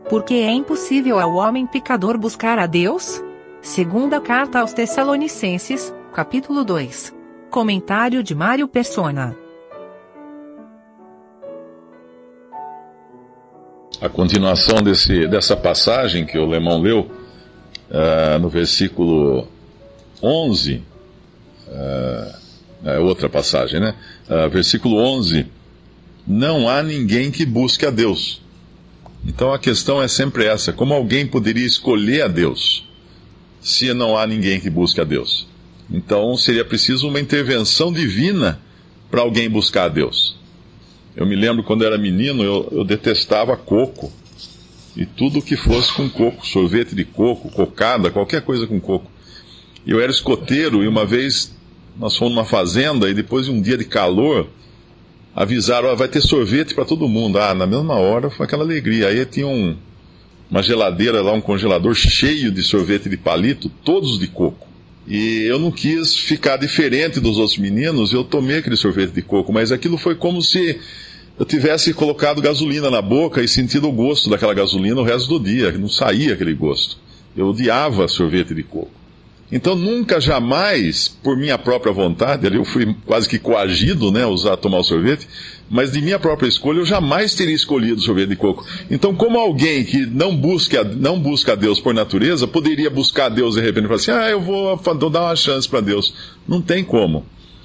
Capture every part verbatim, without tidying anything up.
Porque é impossível ao homem pecador buscar a Deus? Segunda Carta aos Tessalonicenses, capítulo dois. Comentário de Mário Persona. A continuação desse, dessa passagem que o Lemão leu, uh, no versículo onze, uh, é outra passagem, né? Uh, versículo onze, não há ninguém que busque a Deus. Então a questão é sempre essa: como alguém poderia escolher a Deus, se não há ninguém que busque a Deus? Então seria preciso uma intervenção divina para alguém buscar a Deus. Eu me lembro quando eu era menino, eu, eu detestava coco, e tudo que fosse com coco, sorvete de coco, cocada, qualquer coisa com coco. E eu era escoteiro, e uma vez nós fomos numa fazenda, e depois de um dia de calor, avisaram, ó, vai ter sorvete para todo mundo. Ah, na mesma hora foi aquela alegria. Aí tinha um, uma geladeira lá, um congelador cheio de sorvete de palito, todos de coco. E eu não quis ficar diferente dos outros meninos, eu tomei aquele sorvete de coco, mas aquilo foi como se eu tivesse colocado gasolina na boca e sentido o gosto daquela gasolina o resto do dia, não saía aquele gosto. Eu odiava sorvete de coco. Então nunca, jamais, por minha própria vontade, ali eu fui quase que coagido, né, a usar, tomar o sorvete, mas de minha própria escolha eu jamais teria escolhido sorvete de coco. Então, como alguém que não busca, não busca a Deus por natureza, poderia buscar a Deus de repente e falar assim, ah, eu vou, vou dar uma chance para Deus? Não tem como.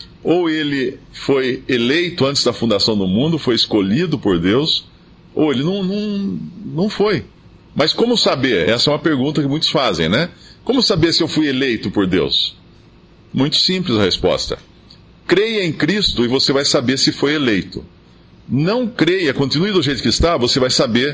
Ou ele foi eleito antes da fundação do mundo, foi escolhido por Deus, ou ele não, não, não foi. Mas como saber? Essa é uma pergunta que muitos fazem, né? Como saber se eu fui eleito por Deus? Muito simples a resposta. Creia em Cristo e você vai saber se foi eleito. Não creia, continue do jeito que está, você vai saber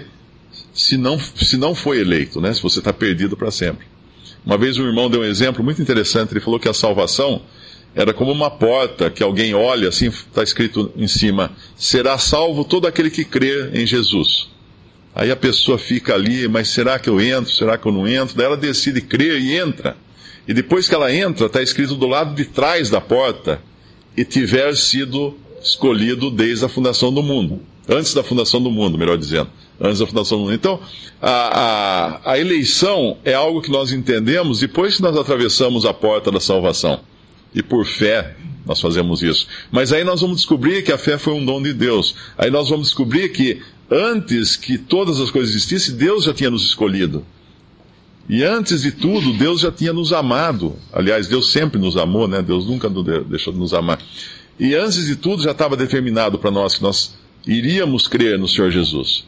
se não, se não foi eleito, né? Se você está perdido para sempre. Uma vez um irmão deu um exemplo muito interessante, ele falou que a salvação era como uma porta que alguém olha, assim está escrito em cima, será salvo todo aquele que crer em Jesus. Aí a pessoa fica ali, mas será que eu entro? Será que eu não entro? Daí ela decide crer e entra. E depois que ela entra, está escrito do lado de trás da porta, e tiver sido escolhido desde a fundação do mundo. Antes da fundação do mundo, melhor dizendo. Antes da fundação do mundo. Então, a, a, a eleição é algo que nós entendemos depois que nós atravessamos a porta da salvação. E por fé nós fazemos isso. Mas aí nós vamos descobrir que a fé foi um dom de Deus. Aí nós vamos descobrir que antes que todas as coisas existissem, Deus já tinha nos escolhido. E antes de tudo, Deus já tinha nos amado. Aliás, Deus sempre nos amou, né? Deus nunca deixou de nos amar. E antes de tudo, já estava determinado para nós que nós iríamos crer no Senhor Jesus.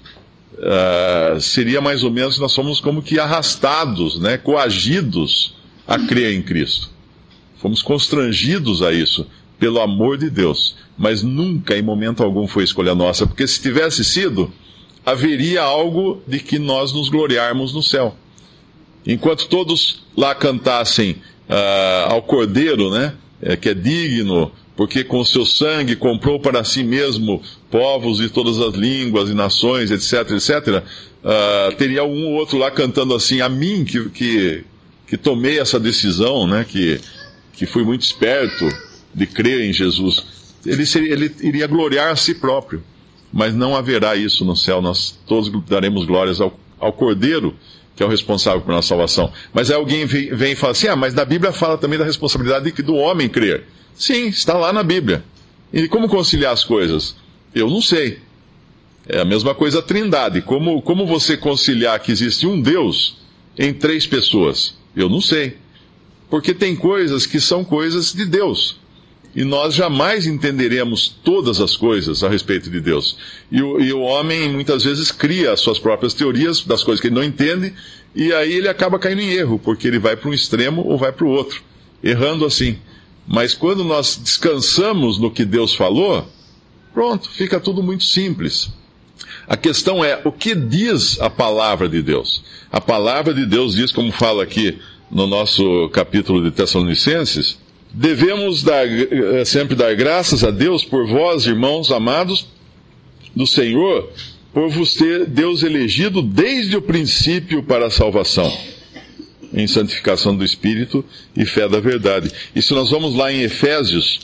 Uh, seria mais ou menos que nós fomos como que arrastados, né? Coagidos a crer em Cristo. Fomos constrangidos a isso, pelo amor de Deus. Mas nunca, em momento algum, foi escolha nossa, porque se tivesse sido, haveria algo de que nós nos gloriarmos no céu. Enquanto todos lá cantassem uh, ao Cordeiro, né, é, que é digno, porque com o seu sangue comprou para si mesmo povos de todas as línguas e nações, etc, etcétera, uh, teria um ou outro lá cantando assim, a mim que, que, que tomei essa decisão, né, que, que fui muito esperto de crer em Jesus. Ele, seria, ele iria gloriar a si próprio, mas não haverá isso no céu. Nós todos daremos glórias ao, ao Cordeiro, que é o responsável por nossa salvação. Mas aí alguém vem, vem e fala assim, ah, mas na Bíblia fala também da responsabilidade do homem crer. Sim, está lá na Bíblia. E como conciliar as coisas? Eu não sei. É a mesma coisa a Trindade. Como, como você conciliar que existe um Deus em três pessoas? Eu não sei. Porque tem coisas que são coisas de Deus. E nós jamais entenderemos todas as coisas a respeito de Deus. E o, e o homem muitas vezes cria as suas próprias teorias das coisas que ele não entende, e aí ele acaba caindo em erro, porque ele vai para um extremo ou vai para o outro, errando assim. Mas quando nós descansamos no que Deus falou, pronto, fica tudo muito simples. A questão é, o que diz a palavra de Deus? A palavra de Deus diz, como fala aqui no nosso capítulo de Tessalonicenses, devemos dar, sempre dar graças a Deus por vós, irmãos amados do Senhor, por vos ter Deus elegido desde o princípio para a salvação, em santificação do Espírito e fé da verdade. E se nós vamos lá em Efésios,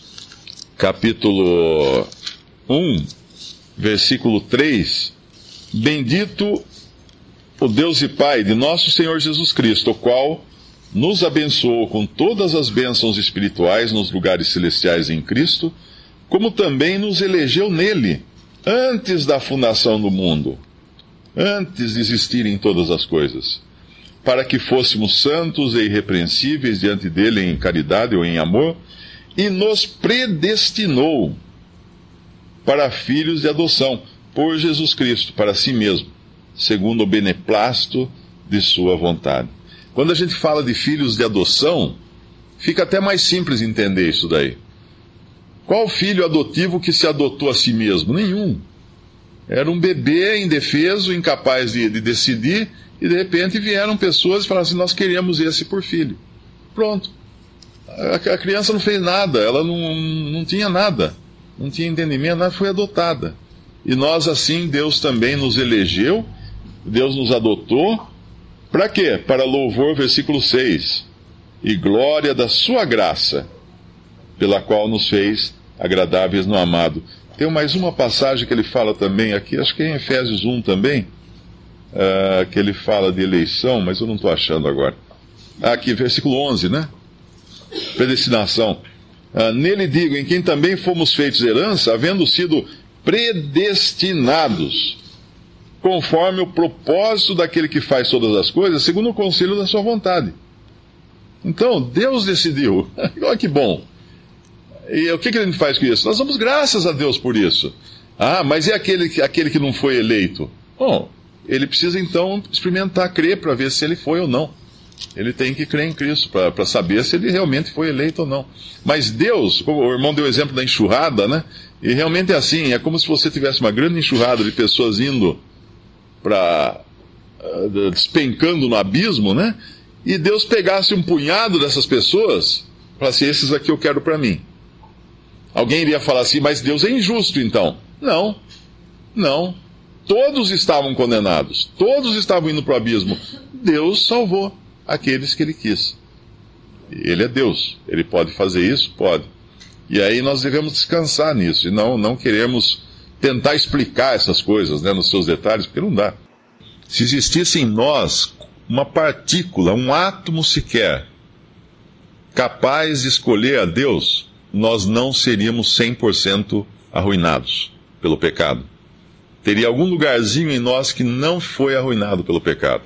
capítulo um, versículo três, bendito o Deus e Pai de nosso Senhor Jesus Cristo, o qual nos abençoou com todas as bênçãos espirituais nos lugares celestiais em Cristo, como também nos elegeu nele, antes da fundação do mundo, antes de existirem todas as coisas, para que fôssemos santos e irrepreensíveis diante dele em caridade ou em amor, e nos predestinou para filhos de adoção, por Jesus Cristo, para si mesmo, segundo o beneplácito de sua vontade. Quando a gente fala de filhos de adoção, fica até mais simples entender isso daí. Qual filho adotivo que se adotou a si mesmo? Nenhum. Era um bebê indefeso, incapaz de, de decidir, e de repente vieram pessoas e falaram assim, nós queremos esse por filho. Pronto. A, a criança não fez nada, ela não, não tinha nada, não tinha entendimento, nada, foi adotada. E nós assim, Deus também nos elegeu, Deus nos adotou, para quê? Para louvor, versículo seis, e glória da sua graça, pela qual nos fez agradáveis no amado. Tem mais uma passagem que ele fala também aqui, acho que é em Efésios um também, uh, que ele fala de eleição, mas eu não estou achando agora. Aqui, versículo onze, né? Predestinação. Uh, nele digo, em quem também fomos feitos herança, havendo sido predestinados, conforme o propósito daquele que faz todas as coisas, segundo o conselho da sua vontade. Então, Deus decidiu. Olha que bom. E o que, que a gente faz com isso? Nós damos graças a Deus por isso. Ah, mas e aquele, aquele que não foi eleito? Bom, ele precisa então experimentar, crer para ver se ele foi ou não. Ele tem que crer em Cristo para saber se ele realmente foi eleito ou não. Mas Deus, como o irmão deu o exemplo da enxurrada, né? E realmente é assim, é como se você tivesse uma grande enxurrada de pessoas indo para uh, despencando no abismo, né? E Deus pegasse um punhado dessas pessoas, falasse, esses aqui eu quero para mim. Alguém iria falar assim, mas Deus é injusto então. Não, não. Todos estavam condenados, todos estavam indo para o abismo. Deus salvou aqueles que Ele quis. Ele é Deus, Ele pode fazer isso? Pode. E aí nós devemos descansar nisso, e não, não queremos tentar explicar essas coisas, né, nos seus detalhes, porque não dá. Se existisse em nós uma partícula, um átomo sequer, capaz de escolher a Deus, nós não seríamos cem por cento arruinados pelo pecado. Teria algum lugarzinho em nós que não foi arruinado pelo pecado.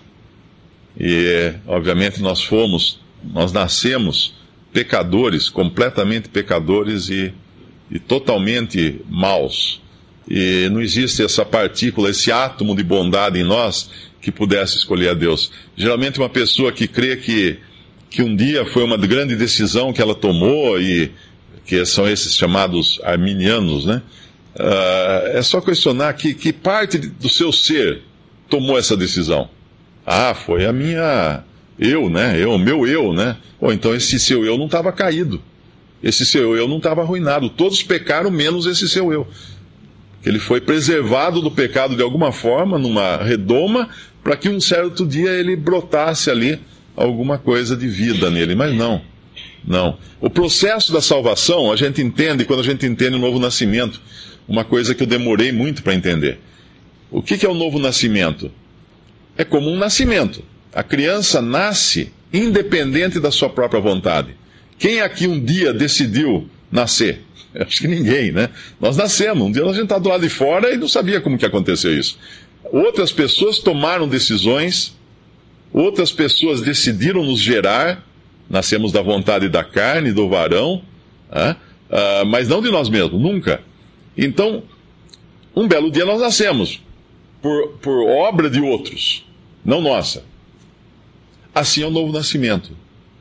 E, obviamente, nós fomos, nós nascemos pecadores, completamente pecadores e, e totalmente maus. E não existe essa partícula, esse átomo de bondade em nós que pudesse escolher a Deus. Geralmente uma pessoa que crê que, que um dia foi uma grande decisão que ela tomou, e que são esses chamados arminianos, né? Uh, é só questionar que, que parte do seu ser tomou essa decisão. Ah, foi a minha... eu, né? Eu, o meu eu, né? Ou então esse seu eu não estava caído. Esse seu eu não estava arruinado. Todos pecaram menos esse seu eu. Ele foi preservado do pecado de alguma forma, numa redoma, para que um certo dia ele brotasse ali alguma coisa de vida nele. Mas não, não. O processo da salvação, a gente entende quando a gente entende o novo nascimento. Uma coisa que eu demorei muito para entender. O que, que é o novo nascimento? É como um nascimento. A criança nasce independente da sua própria vontade. Quem aqui um dia decidiu nascer? Acho que ninguém, né? Nós nascemos, um dia a gente está do lado de fora e não sabia como que aconteceu isso. Outras pessoas tomaram decisões, outras pessoas decidiram nos gerar, nascemos da vontade da carne, do varão, né? uh, mas não de nós mesmos, nunca. Então, um belo dia nós nascemos, por, por obra de outros, não nossa. Assim é o novo nascimento.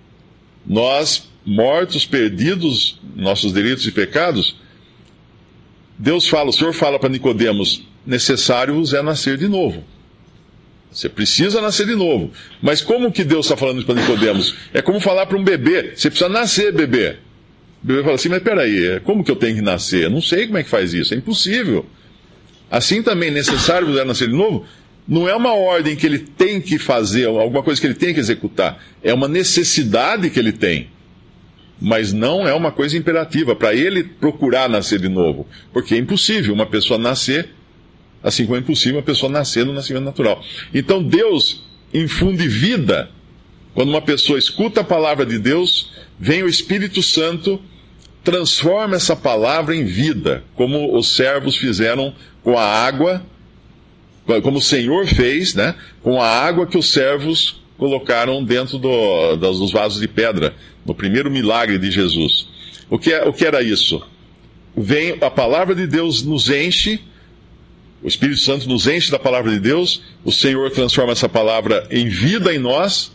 Nós, mortos, perdidos, nossos delitos e pecados, Deus fala, o Senhor fala para Nicodemos, necessário vos é nascer de novo. Você precisa nascer de novo. Mas como que Deus está falando isso para Nicodemos? É como falar para um bebê, você precisa nascer, bebê. O bebê fala assim, mas peraí, como que eu tenho que nascer? Eu não sei como é que faz isso, é impossível. Assim também, necessário vos é nascer de novo, não é uma ordem que ele tem que fazer, alguma coisa que ele tem que executar. É uma necessidade que ele tem. Mas não é uma coisa imperativa para ele procurar nascer de novo. Porque é impossível uma pessoa nascer assim como é impossível a pessoa nascer no nascimento natural. Então Deus infunde vida. Quando uma pessoa escuta a palavra de Deus, vem o Espírito Santo, transforma essa palavra em vida, como os servos fizeram com a água, como o Senhor fez, né, com a água que os servos colocaram dentro do, dos vasos de pedra, no primeiro milagre de Jesus. O que, é, o que era isso? Vem a palavra de Deus, nos enche, o Espírito Santo nos enche da palavra de Deus, o Senhor transforma essa palavra em vida em nós,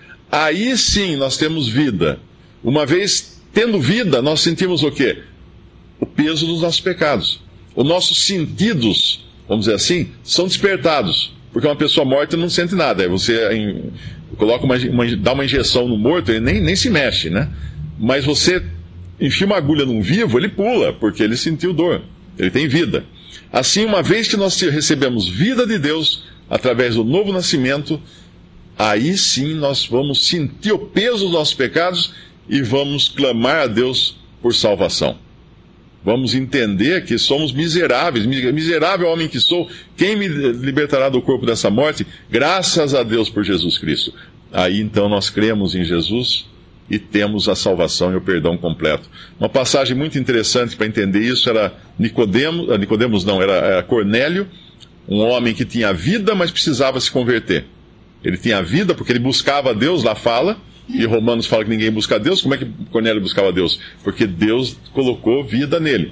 aí sim nós temos vida. Uma vez tendo vida, nós sentimos o quê? O peso dos nossos pecados. Os nossos sentidos, vamos dizer assim, são despertados. Porque uma pessoa morta não sente nada. Aí você em, coloca uma, uma, dá uma injeção no morto, ele nem, nem se mexe, né? Mas você enfia uma agulha num vivo, ele pula, porque ele sentiu dor. Ele tem vida. Assim, uma vez que nós recebemos vida de Deus, através do novo nascimento, aí sim nós vamos sentir o peso dos nossos pecados e vamos clamar a Deus por salvação. Vamos entender que somos miseráveis. Miserável homem que sou, quem me libertará do corpo dessa morte? Graças a Deus por Jesus Cristo. Aí então nós cremos em Jesus e temos a salvação e o perdão completo. Uma passagem muito interessante para entender isso era Nicodemo, Nicodemos não, era, era Cornélio, um homem que tinha vida, mas precisava se converter. Ele tinha vida porque ele buscava a Deus, lá fala, e Romanos fala que ninguém busca a Deus. Como é que Cornélio buscava a Deus? Porque Deus colocou vida nele.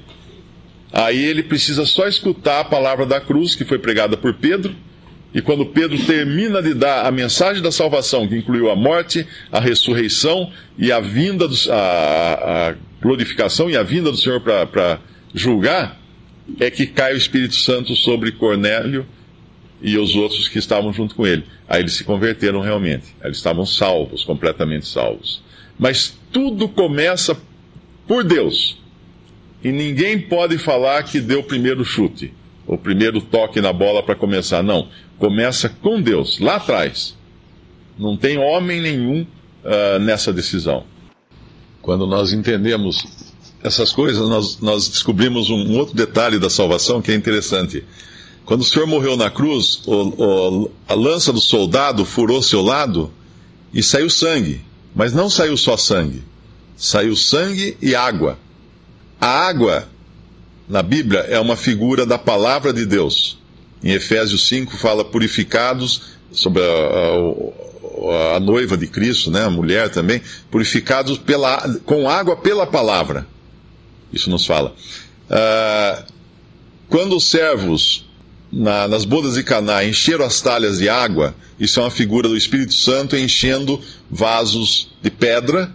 Aí ele precisa só escutar a palavra da cruz, que foi pregada por Pedro, e quando Pedro termina de dar a mensagem da salvação, que incluiu a morte, a ressurreição e a vinda, do, a, a glorificação e a vinda do Senhor para julgar, é que cai o Espírito Santo sobre Cornélio e os outros que estavam junto com ele. Aí eles se converteram realmente. Aí eles estavam salvos, completamente salvos. Mas tudo começa por Deus. E ninguém pode falar que deu o primeiro chute, o primeiro toque na bola para começar. Não. Começa com Deus, lá atrás. Não tem homem nenhum uh, nessa decisão. Quando nós entendemos essas coisas, nós, nós descobrimos um, um outro detalhe da salvação que é interessante. Quando o Senhor morreu na cruz, o, o, a lança do soldado furou seu lado e saiu sangue. Mas não saiu só sangue. Saiu sangue e água. A água, na Bíblia, é uma figura da palavra de Deus. Em Efésios cinco fala purificados, sobre a, a, a noiva de Cristo, né, a mulher também, purificados pela, com água pela palavra. Isso nos fala. Ah, quando os servos Na, nas bodas de Caná encheram as talhas de água, isso é uma figura do Espírito Santo enchendo vasos de pedra,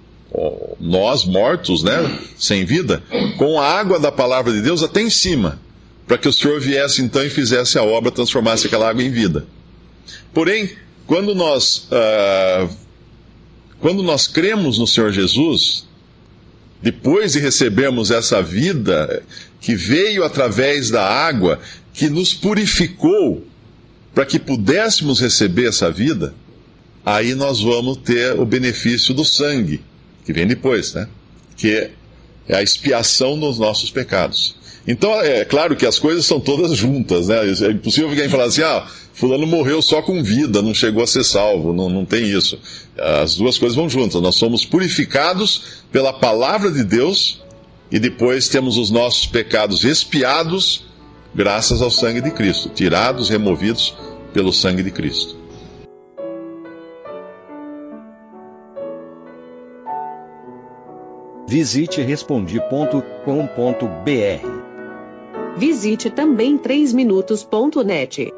nós mortos, né, sem vida, com a água da palavra de Deus até em cima, para que o Senhor viesse então e fizesse a obra, transformasse aquela água em vida. Porém, quando nós, uh, quando nós cremos no Senhor Jesus, depois de recebermos essa vida que veio através da água, que nos purificou para que pudéssemos receber essa vida, aí nós vamos ter o benefício do sangue, que vem depois, né? Que é a expiação dos nossos pecados. Então, é claro que as coisas são todas juntas, né? É impossível alguém falar assim, ah, fulano morreu só com vida, não chegou a ser salvo, não, não tem isso. As duas coisas vão juntas. Nós somos purificados pela palavra de Deus e depois temos os nossos pecados expiados graças ao sangue de Cristo, tirados, removidos pelo sangue de Cristo. Visite respondi ponto com ponto br. Visite também três minutos ponto net.